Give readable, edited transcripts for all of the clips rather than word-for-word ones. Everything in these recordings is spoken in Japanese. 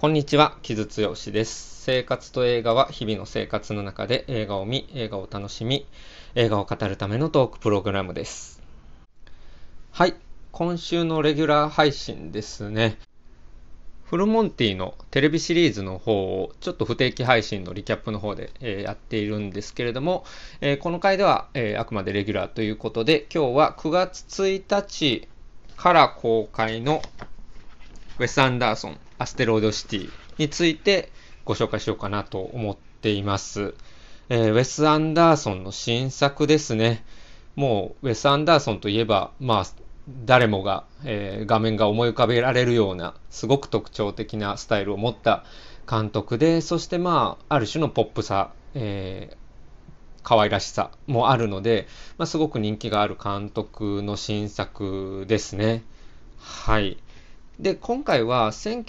こんにちは、木津剛です。生活と映画は日々の生活の中で映画を見、映画を楽しみ、映画を語るためのトークプログラムです。はい、今週のレギュラー配信ですね。フルモンティのテレビシリーズの方をちょっと不定期配信のリキャップの方で、やっているんですけれども、この回では、あくまでレギュラーということで、今日は9月1日から公開のウェス・アンダーソン、アステロイドシティについてご紹介しようかなと思っています。ウェス・アンダーソンの新作ですね。もうウェス・アンダーソンといえば、誰もが、画面が思い浮かべられるようなすごく特徴的なスタイルを持った監督で、そしてある種のポップさ、可愛らしさもあるので、すごく人気がある監督の新作ですね。はい。で、今回は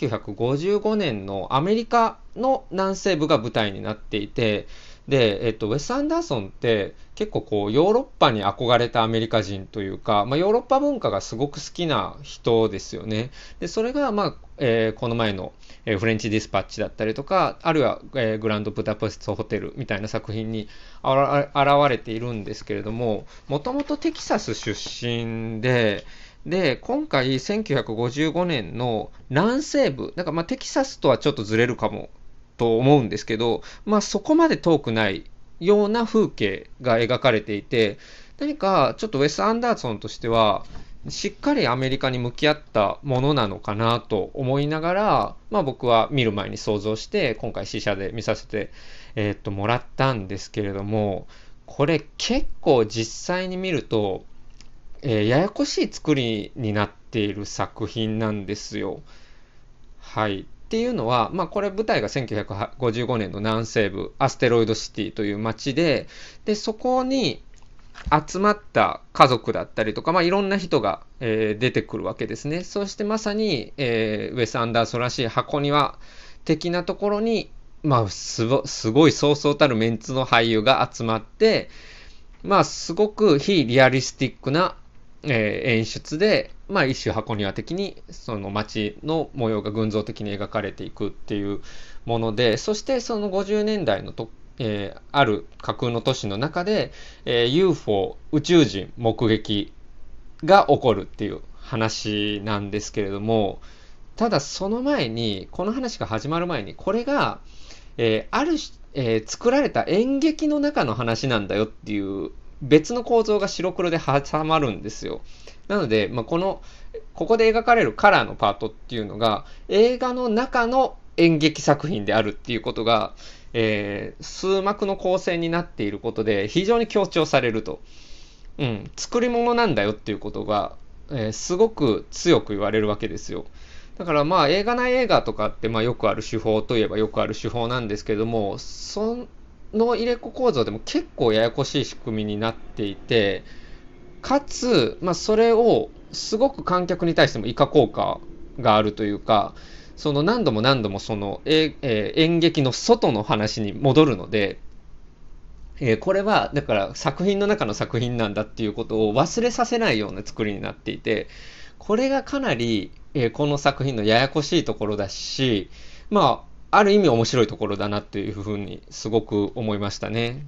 1955年のアメリカの南西部が舞台になっていて、で、ウェス・アンダーソンって結構ヨーロッパに憧れたアメリカ人というか、ヨーロッパ文化がすごく好きな人ですよね。で、それが、この前の、フレンチ・ディスパッチだったりとか、あるいは、グランド・ブダペスト・ホテルみたいな作品に現れているんですけれども、もともとテキサス出身で、今回1955年の南西部、だからテキサスとはちょっとずれるかもと思うんですけど、そこまで遠くないような風景が描かれていて、何かちょっとウェス・アンダーソンとしては、しっかりアメリカに向き合ったものなのかなと思いながら、僕は見る前に想像して、今回試写で見させて、もらったんですけれども、これ結構実際に見ると、ややこしい作りになっている作品なんですよ。はい。っていうのは、これ舞台が1955年の南西部、アステロイドシティという街で、そこに集まった家族だったりとか、いろんな人が、出てくるわけですね。そしてまさに、ウェス・アンダーソンらしい箱庭的なところに、すごいそうそうたるメンツの俳優が集まって、すごく非リアリスティックな演出で、一種箱庭的にその街の模様が群像的に描かれていくっていうもので、そしてその50年代のある架空の都市の中で、UFO 宇宙人目撃が起こるっていう話なんですけれども、ただその前に、この話が始まる前に、これが、ある、作られた演劇の中の話なんだよっていう別の構造が白黒で挟まるんですよ。なので、ここで描かれるカラーのパートっていうのが映画の中の演劇作品であるっていうことが、数幕の構成になっていることで非常に強調されると。作り物なんだよっていうことが、すごく強く言われるわけですよ。だから映画内映画とかってよくある手法といえばよくある手法なんですけども、その入れ子構造でも結構ややこしい仕組みになっていて、かつ、それをすごく観客に対しても以下効果があるというか、その何度も何度もその、演劇の外の話に戻るので、これはだから作品の中の作品なんだっていうことを忘れさせないような作りになっていて、これがかなり、この作品のややこしいところだし、ある意味面白いところだなっていうふうにすごく思いましたね。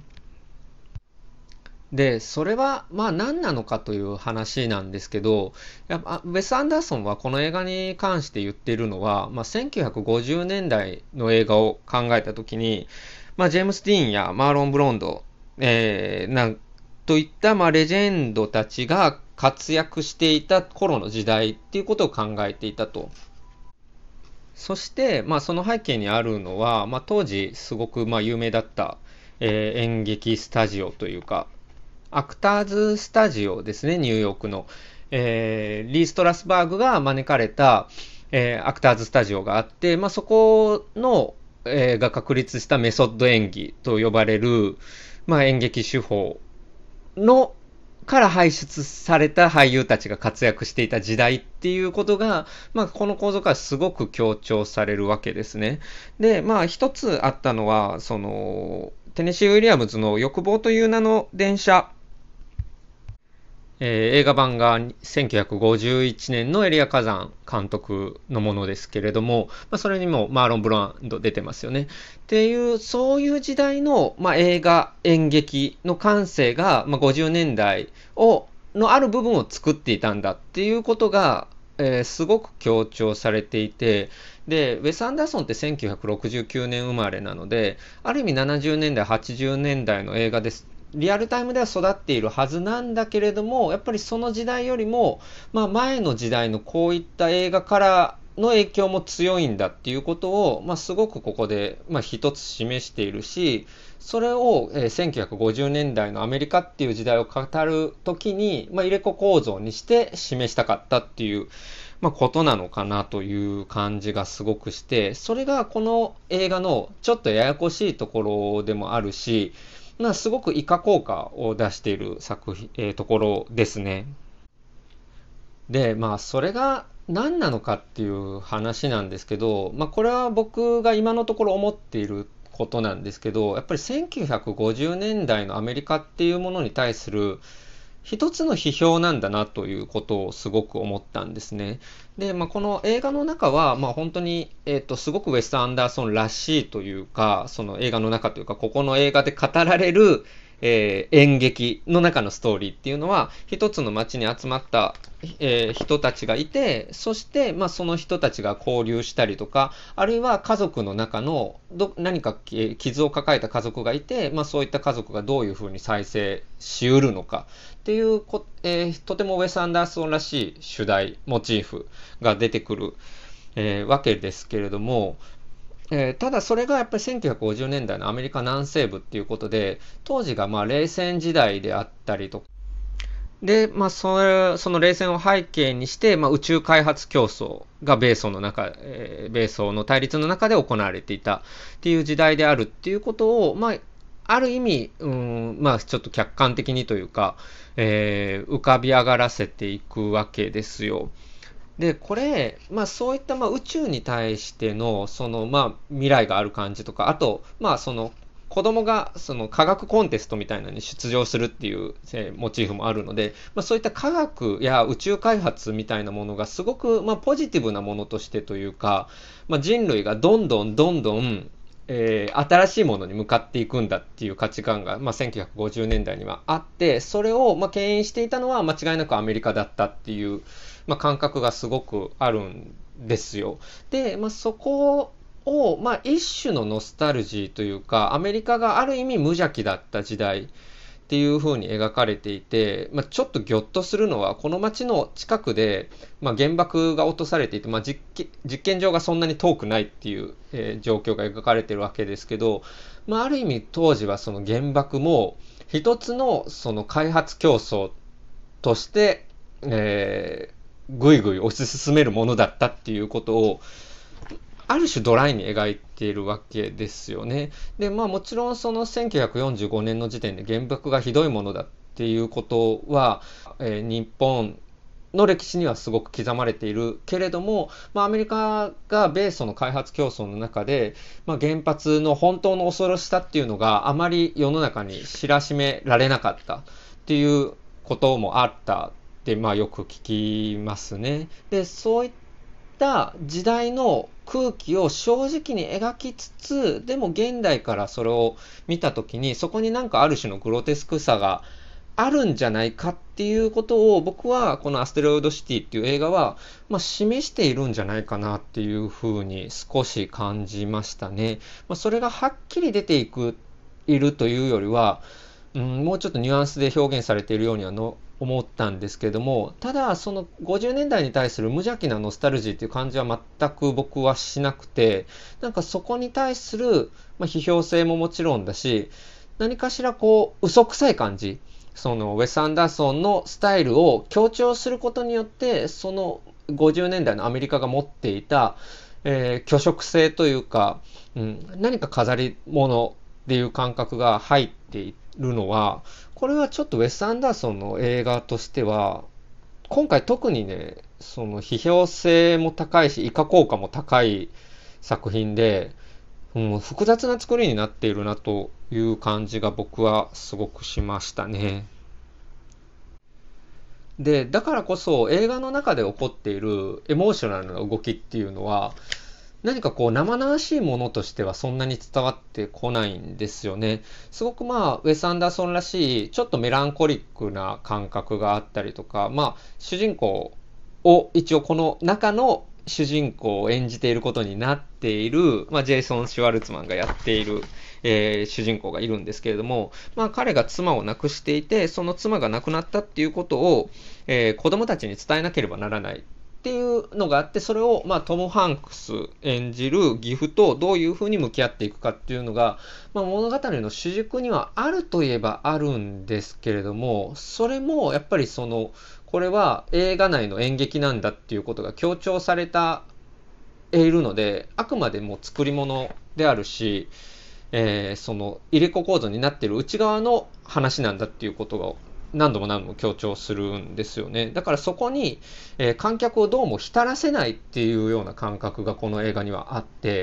で、それは何なのかという話なんですけど、やっぱウェス・アンダーソンはこの映画に関して言っているのは、1950年代の映画を考えたときに、ジェームス・ディーンやマーロン・ブロンド、なんといった、レジェンドたちが活躍していた頃の時代っていうことを考えていたと。そして、その背景にあるのは、当時すごく有名だった、演劇スタジオというか、アクターズスタジオですね、ニューヨークの。リー・ストラスバーグが招かれた、アクターズスタジオがあって、そこの、が確立したメソッド演技と呼ばれる、演劇手法のから輩出された俳優たちが活躍していた時代っていうことが、この構造からすごく強調されるわけですね。で、一つあったのは、その、テネシー・ウィリアムズの欲望という名の電車映画版が1951年のエリア火山監督のものですけれども、それにもマーロン・ブランド出てますよね。っていう、そういう時代の、映画、演劇の感性が、50年代のある部分を作っていたんだっていうことが、すごく強調されていて、で、ウェス・アンダーソンって1969年生まれなので、ある意味70年代、80年代の映画です。リアルタイムでは育っているはずなんだけれども、やっぱりその時代よりも、前の時代のこういった映画からの影響も強いんだっていうことを、すごくここで、一つ示しているし、それを、1950年代のアメリカっていう時代を語るときに、入れ子構造にして示したかったっていう、ことなのかなという感じがすごくして、それがこの映画のちょっとややこしいところでもあるし、すごく以下効果を出している作品、ところですね。で、それが何なのかっていう話なんですけど、これは僕が今のところ思っていることなんですけど、やっぱり1950年代のアメリカっていうものに対する一つの批評なんだなということをすごく思ったんですね。で、この映画の中は、本当に、すごくウェス・アンダーソンらしいというか、その映画の中というか、ここの映画で語られる、演劇の中のストーリーっていうのは、一つの街に集まった、人たちがいて、そして、その人たちが交流したりとか、あるいは家族の中の何か傷を抱えた家族がいて、そういった家族がどういうふうに再生しうるのかっていうとてもウェス・アンダーソンらしい主題、モチーフが出てくる、わけですけれども、ただそれがやっぱり1950年代のアメリカ南西部っていうことで、当時が冷戦時代であったりとか、で、その冷戦を背景にして、宇宙開発競争が米ソの中、米ソの対立の中で行われていたっていう時代であるっていうことを、ある意味、ちょっと客観的にというか、浮かび上がらせていくわけですよ。で、これ、そういった、宇宙に対しての、未来がある感じとか、あと、子供が、科学コンテストみたいなのに出場するっていう、モチーフもあるので、そういった科学や宇宙開発みたいなものがすごく、ポジティブなものとしてというか、人類がどんどんどんどん、新しいものに向かっていくんだっていう価値観が、1950年代にはあって、それを、牽引していたのは間違いなくアメリカだったっていう、感覚がすごくあるんですよ。で、そこを、一種のノスタルジーというか、アメリカがある意味無邪気だった時代っていう風に描かれていて、ちょっとギョッとするのは、この街の近くで、原爆が落とされていて、実験場がそんなに遠くないっていう、状況が描かれているわけですけど、ある意味当時はその原爆も一つのその開発競争として、ぐいぐい推し進めるものだったっていうことを、ある種ドライに描いているわけですよね。で、もちろんその1945年の時点で原爆がひどいものだっていうことは、日本の歴史にはすごく刻まれているけれども、アメリカが米ソの開発競争の中で、原発の本当の恐ろしさっていうのがあまり世の中に知らしめられなかったっていうこともあったって、よく聞きますね。で、そういった時代の空気を正直に描きつつ、でも現代からそれを見たときに、そこになんかある種のグロテスクさがあるんじゃないかっていうことを僕はこのアステロイドシティっていう映画は、示しているんじゃないかなっていうふうに少し感じましたね。それがはっきり出ているというよりは、もうちょっとニュアンスで表現されているようには思ったんですけども、ただその50年代に対する無邪気なノスタルジーっていう感じは全く僕はしなくて、なんかそこに対する、批評性ももちろんだし、何かしらこう嘘くさい感じ、そのウェス・アンダーソンのスタイルを強調することによって、その50年代のアメリカが持っていた、虚飾性というか、何か飾り物っていう感覚が入っているのは、これはちょっとウェス・アンダーソンの映画としては、今回特にね、その批評性も高いし、以下効果も高い作品で、複雑な作りになっているなという感じが僕はすごくしましたね。 で、だからこそ映画の中で起こっているエモーショナルな動きっていうのは、何かこう生々しいものとしてはそんなに伝わってこないんですよね。すごくウェス・アンダーソンらしい、ちょっとメランコリックな感覚があったりとか、主人公を一応この中の主人公を演じていることになっている、ジェイソン・シュワルツマンがやっている、主人公がいるんですけれども、彼が妻を亡くしていて、その妻が亡くなったっていうことを、子供たちに伝えなければならないっていうのがあって、それを、トム・ハンクス演じる義父とどういうふうに向き合っていくかっていうのが、物語の主軸にはあるといえばあるんですけれども、それもやっぱりこれは映画内の演劇なんだっていうことが強調されているので、あくまでも作り物であるし、その入れ子構造になっている内側の話なんだっていうことが何度も何度も強調するんですよね。だからそこに、観客をどうも浸らせないっていうような感覚がこの映画にはあって、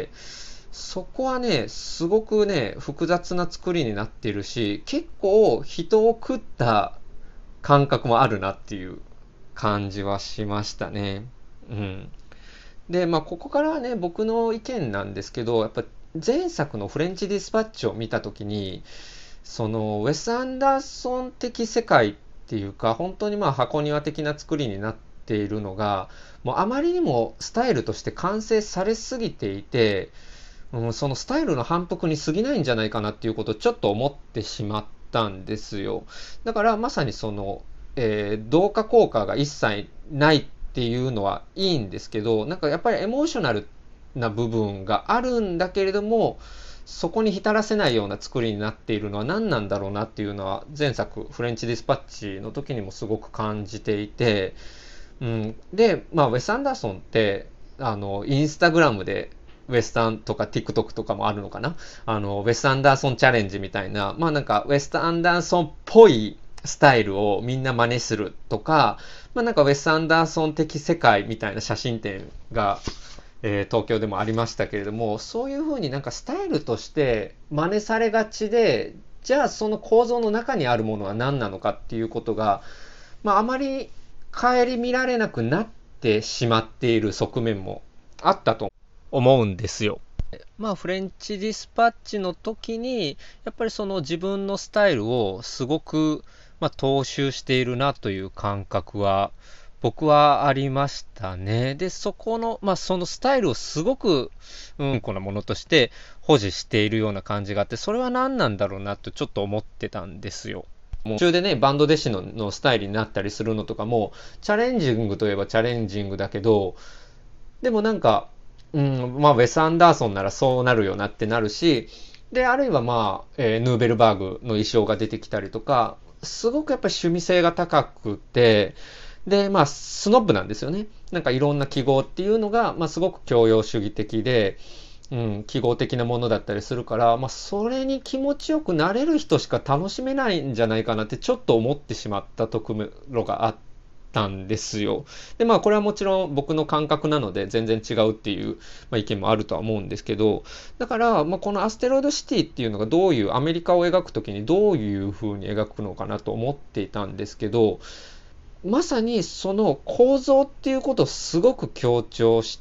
そこはね、すごくね、複雑な作りになっているし、結構人を食った感覚もあるなっていう感じはしましたね。うん。で、ここからはね、僕の意見なんですけど、やっぱ前作のフレンチディスパッチを見たときに、ウェス・アンダーソン的世界っていうか、本当に箱庭的な作りになっているのが、もうあまりにもスタイルとして完成されすぎていて、そのスタイルの反復に過ぎないんじゃないかなっていうことをちょっと思ってしまったんですよ。だからまさに同化効果が一切ないっていうのはいいんですけど、なんかやっぱりエモーショナルな部分があるんだけれども、そこに浸らせないような作りになっているのは何なんだろうなっていうのは前作フレンチディスパッチの時にもすごく感じていて、で、ウェス・アンダーソンってインスタグラムでウェスタンとか TikTok とかもあるのかな、ウェス・アンダーソンチャレンジみたいな、なんかウェス・アンダーソンっぽいスタイルをみんな真似するとか、なんかウェス・アンダーソン的世界みたいな写真展が、東京でもありましたけれども、そういう風になんかスタイルとして真似されがちで、じゃあその構造の中にあるものは何なのかっていうことが、あまり顧みられなくなってしまっている側面もあったと思うんですよ。フレンチディスパッチの時に、やっぱりその自分のスタイルをすごく、踏襲しているなという感覚は、僕はありましたね。で、そこの、そのスタイルをすごく、こなものとして保持しているような感じがあって、それは何なんだろうなとちょっと思ってたんですよ。もう途中でね、バンド弟子のスタイルになったりするのとかも、チャレンジングといえばチャレンジングだけど、でもなんか、ウェス・アンダーソンならそうなるよなってなるし、で、あるいはヌーベルバーグの衣装が出てきたりとか、すごくやっぱり趣味性が高くて、で、スノブなんですよね。なんかいろんな記号っていうのが、すごく教養主義的で、記号的なものだったりするから、それに気持ちよくなれる人しか楽しめないんじゃないかなってちょっと思ってしまったところがあったんですよ。で、これはもちろん僕の感覚なので全然違うっていう、意見もあるとは思うんですけど、だから、このアステロイドシティっていうのがどういう、アメリカを描くときにどういう風に描くのかなと思っていたんですけど、まさにその構造っていうことをすごく強調して、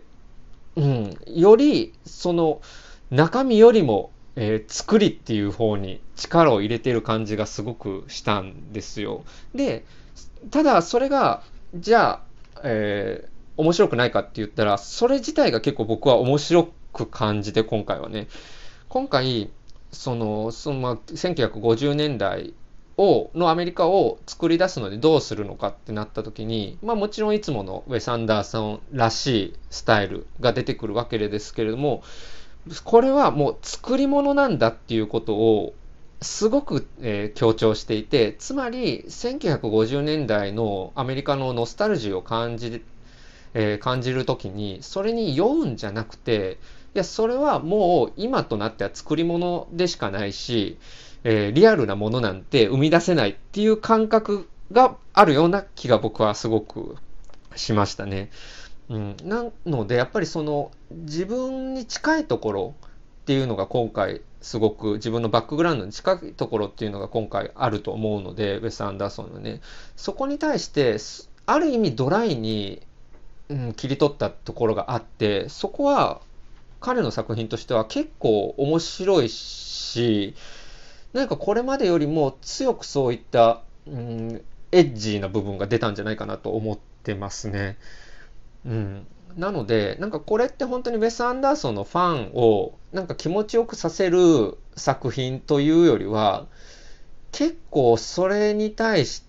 よりその中身よりも、作りっていう方に力を入れている感じがすごくしたんですよ。で、ただそれがじゃあ、面白くないかって言ったら、それ自体が結構僕は面白く感じて、今回はね、今回1950年代のアメリカを作り出すのでどうするのかってなった時に、もちろんいつものウェス・アンダーソンらしいスタイルが出てくるわけですけれども、これはもう作り物なんだっていうことをすごく、強調していて、つまり1950年代のアメリカのノスタルジーを感じるときに、それに酔うんじゃなくて、いや、それはもう今となっては作り物でしかないし、リアルなものなんて生み出せないっていう感覚があるような気が僕はすごくしましたね。なので、やっぱり自分に近いところっていうのが今回すごく自分のバックグラウンドに近いところっていうのが今回あると思うので、ウェス・アンダーソンのね、そこに対してある意味ドライに、切り取ったところがあって、そこは彼の作品としては結構面白いし、なんかこれまでよりも強くそういった、エッジーな部分が出たんじゃないかなと思ってますね。うん。なので、なんかこれって本当にウェス・アンダーソンのファンをなんか気持ちよくさせる作品というよりは、結構それに対して、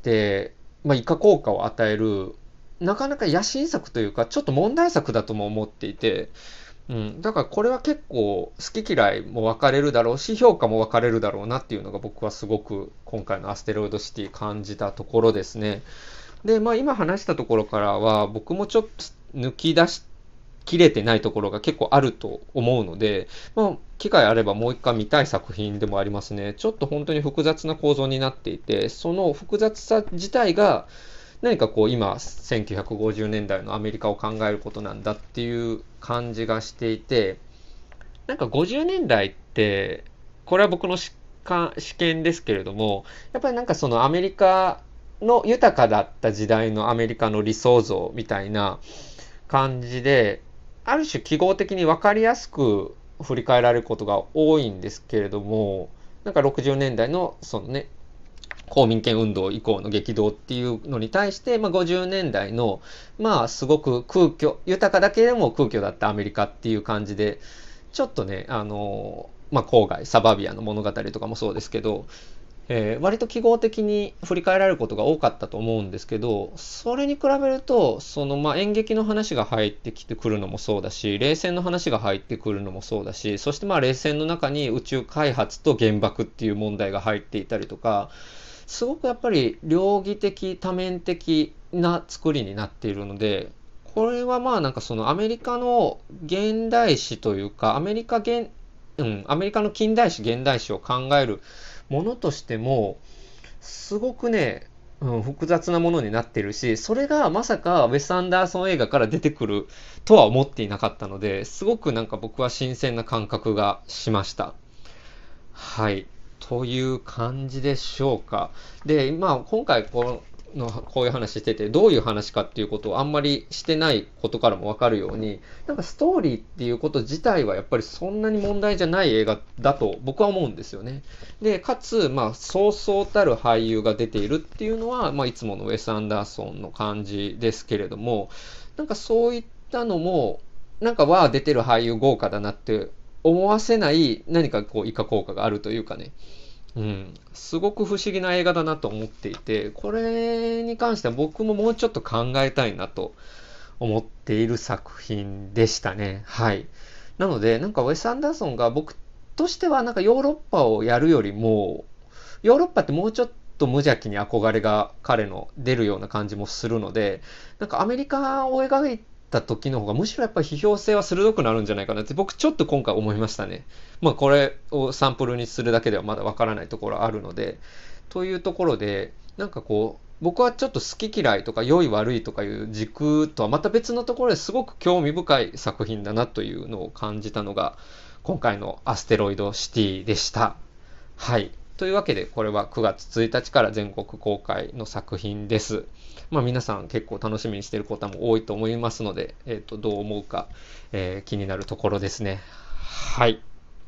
以下効果を与える、なかなか野心作というか、ちょっと問題作だとも思っていて、だからこれは結構好き嫌いも分かれるだろうし、評価も分かれるだろうなっていうのが僕はすごく今回のアステロイドシティ感じたところですね。で、今話したところからは僕もちょっと抜き出しきれてないところが結構あると思うので、機会あればもう一回見たい作品でもありますね。ちょっと本当に複雑な構造になっていて、その複雑さ自体が何かこう今1950年代のアメリカを考えることなんだっていう感じがしていて、なんか50年代ってこれは僕の試験ですけれども、やっぱりなんかそのアメリカの豊かだった時代のアメリカの理想像みたいな感じで、ある種記号的に分かりやすく振り返られることが多いんですけれども、なんか60年代のそのね、公民権運動以降の激動っていうのに対して、50年代の、すごく豊かだけでも空虚だったアメリカっていう感じで、ちょっとね、郊外、サバビアの物語とかもそうですけど、割と記号的に振り返られることが多かったと思うんですけど、それに比べると、演劇の話が入ってきてくるのもそうだし、冷戦の話が入ってくるのもそうだし、そして冷戦の中に宇宙開発と原爆っていう問題が入っていたりとか、すごくやっぱり両義的、多面的な作りになっているので、これはなんかそのアメリカの現代史というか、アメリカの近代史、現代史を考えるものとしても、すごくね、複雑なものになっているし、それがまさかウェス・アンダーソン映画から出てくるとは思っていなかったので、すごくなんか僕は新鮮な感覚がしました。はい。という感じでしょうか。で、今回こういう話してて、どういう話かっていうことをあんまりしてないことからもわかるように、なんかストーリーっていうこと自体はやっぱりそんなに問題じゃない映画だと僕は思うんですよね。で、かつ、そうそうたる俳優が出ているっていうのは、いつものウェス・アンダーソンの感じですけれども、なんかそういったのも、なんか出てる俳優豪華だなって思わせない何かこう以下効果があるというかね、すごく不思議な映画だなと思っていて、これに関しては僕ももうちょっと考えたいなと思っている作品でしたね。はい。なので、なんかウェス・アンダーソンが僕としてはなんかヨーロッパをやるよりも、ヨーロッパってもうちょっと無邪気に憧れが彼の出るような感じもするので、なんかアメリカを描いた時の方がむしろやっぱり批評性は鋭くなるんじゃないかなって僕ちょっと今回思いましたね。これをサンプルにするだけではまだわからないところあるので、というところで、なんかこう、僕はちょっと好き嫌いとか良い悪いとかいう軸とはまた別のところですごく興味深い作品だなというのを感じたのが今回のアステロイドシティでした。はい。というわけで、これは9月1日から全国公開の作品です。皆さん結構楽しみにしている方も多いと思いますので、どう思うか、気になるところですね。はい。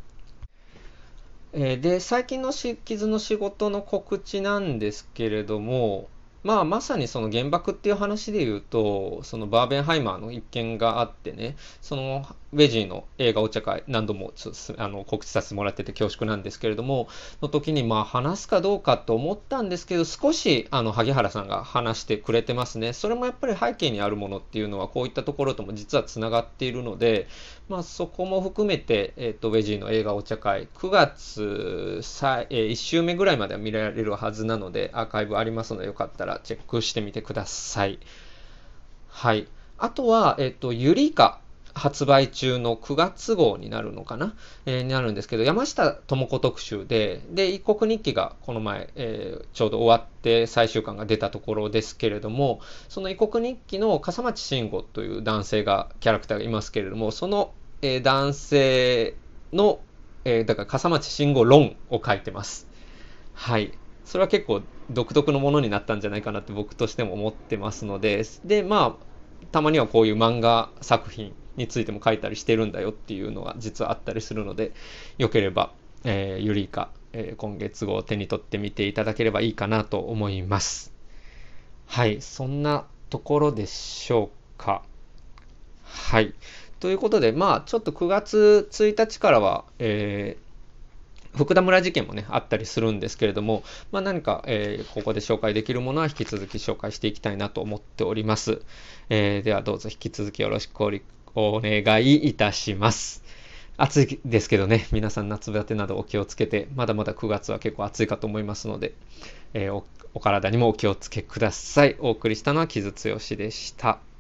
で、最近の傷の仕事の告知なんですけれども、まさにその原爆っていう話で言うと、そのバーベンハイマーの一件があってね、そのウェジーの映画お茶会、何度も告知させてもらってて恐縮なんですけれども、の時に話すかどうかと思ったんですけど、少し萩原さんが話してくれてますね。それもやっぱり背景にあるものっていうのはこういったところとも実はつながっているので、そこも含めて、ウェジーの映画お茶会、9月1週目ぐらいまでは見られるはずなので、アーカイブありますので、よかったらチェックしてみてください。はい。あとは、ユリカ発売中の9月号になるのかな、になるんですけど、山下智子特集で、異国日記がこの前、ちょうど終わって最終巻が出たところですけれども、その異国日記の笠町慎吾という男性が、キャラクターがいますけれども、その、男性のだから笠町慎吾論を書いてます。はい。それは結構独特のものになったんじゃないかなって僕としても思ってますので、で、まあ、たまにはこういう漫画作品についても書いたりしてるんだよっていうのが実はあったりするので、よければ、ユリイカ、今月号を手に取ってみていただければいいかなと思います。はい、そんなところでしょうか。はい。ということで、まあ、ちょっと9月1日からは、福田村事件もね、あったりするんですけれども、まあ、何か、ここで紹介できるものは引き続き紹介していきたいなと思っております。ではどうぞ引き続きよろしくお願いいたします。暑いですけどね、皆さん夏バテなどお気をつけて、まだまだ9月は結構暑いかと思いますので、お体にもお気をつけください。お送りしたのは木津剛でした。